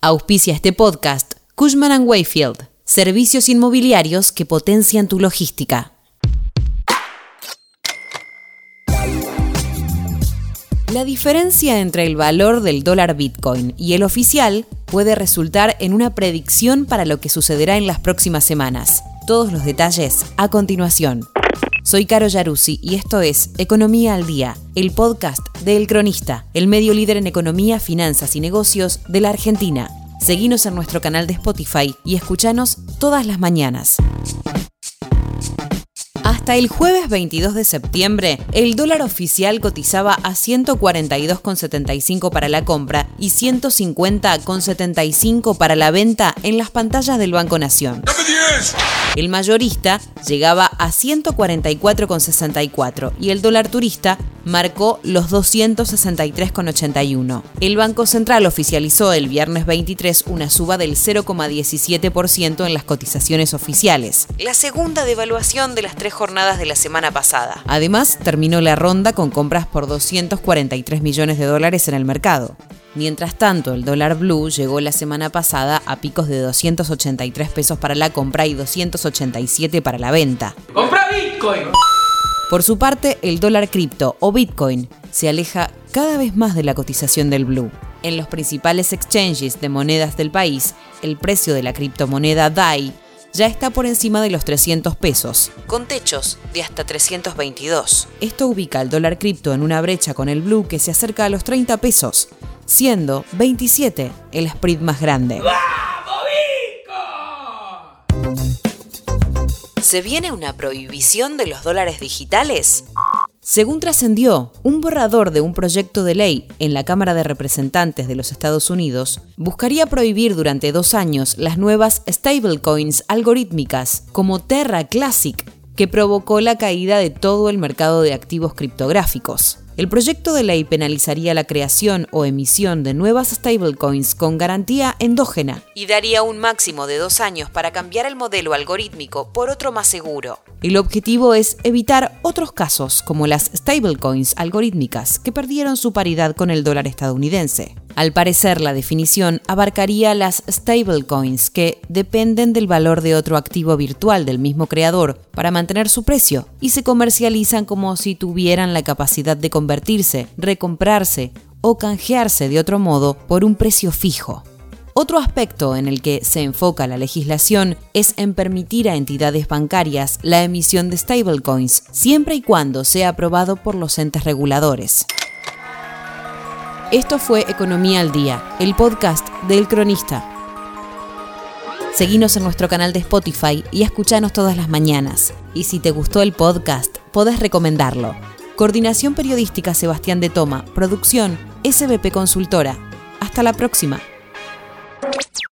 Auspicia este podcast Cushman & Wakefield, servicios inmobiliarios que potencian tu logística. La diferencia entre el valor del dólar Bitcoin y el oficial puede resultar en una predicción para lo que sucederá en las próximas semanas. Todos los detalles a continuación. Soy Caro Yaruzzi y esto es Economía al Día, el podcast de El Cronista, el medio líder en economía, finanzas y negocios de la Argentina. Seguinos en nuestro canal de Spotify y escuchanos todas las mañanas. Hasta el jueves 22 de septiembre, el dólar oficial cotizaba a 142,75 para la compra y 150,75 para la venta en las pantallas del Banco Nación. El mayorista llegaba a 144,64 y el dólar turista marcó los 263,81. El Banco Central oficializó el viernes 23 una suba del 0,17% en las cotizaciones oficiales, la segunda devaluación de las 3 jornadas de la semana pasada. Además, terminó la ronda con compras por 243 millones de dólares en el mercado. Mientras tanto, el dólar blue llegó la semana pasada a picos de 283 pesos para la compra y 287 para la venta. ¡Compra Bitcoin! Por su parte, el dólar cripto o Bitcoin se aleja cada vez más de la cotización del blue. En los principales exchanges de monedas del país, el precio de la criptomoneda DAI ya está por encima de los 300 pesos, con techos de hasta 322. Esto ubica al dólar cripto en una brecha con el blue que se acerca a los 30 pesos, siendo 27 el spread más grande. ¿Se viene una prohibición de los dólares digitales? Según trascendió, un borrador de un proyecto de ley en la Cámara de Representantes de los Estados Unidos buscaría prohibir durante 2 años las nuevas stablecoins algorítmicas como Terra Classic, que provocó la caída de todo el mercado de activos criptográficos. El proyecto de ley penalizaría la creación o emisión de nuevas stablecoins con garantía endógena y daría un máximo de 2 años para cambiar el modelo algorítmico por otro más seguro. El objetivo es evitar otros casos como las stablecoins algorítmicas que perdieron su paridad con el dólar estadounidense. Al parecer, la definición abarcaría las stablecoins que dependen del valor de otro activo virtual del mismo creador para mantener su precio y se comercializan como si tuvieran la capacidad de convertirse, recomprarse o canjearse de otro modo por un precio fijo. Otro aspecto en el que se enfoca la legislación es en permitir a entidades bancarias la emisión de stablecoins siempre y cuando sea aprobado por los entes reguladores. Esto fue Economía al Día, el podcast de El Cronista. Seguinos en nuestro canal de Spotify y escuchanos todas las mañanas. Y si te gustó el podcast, podés recomendarlo. Coordinación Periodística Sebastián de Toma, producción SBP Consultora. Hasta la próxima.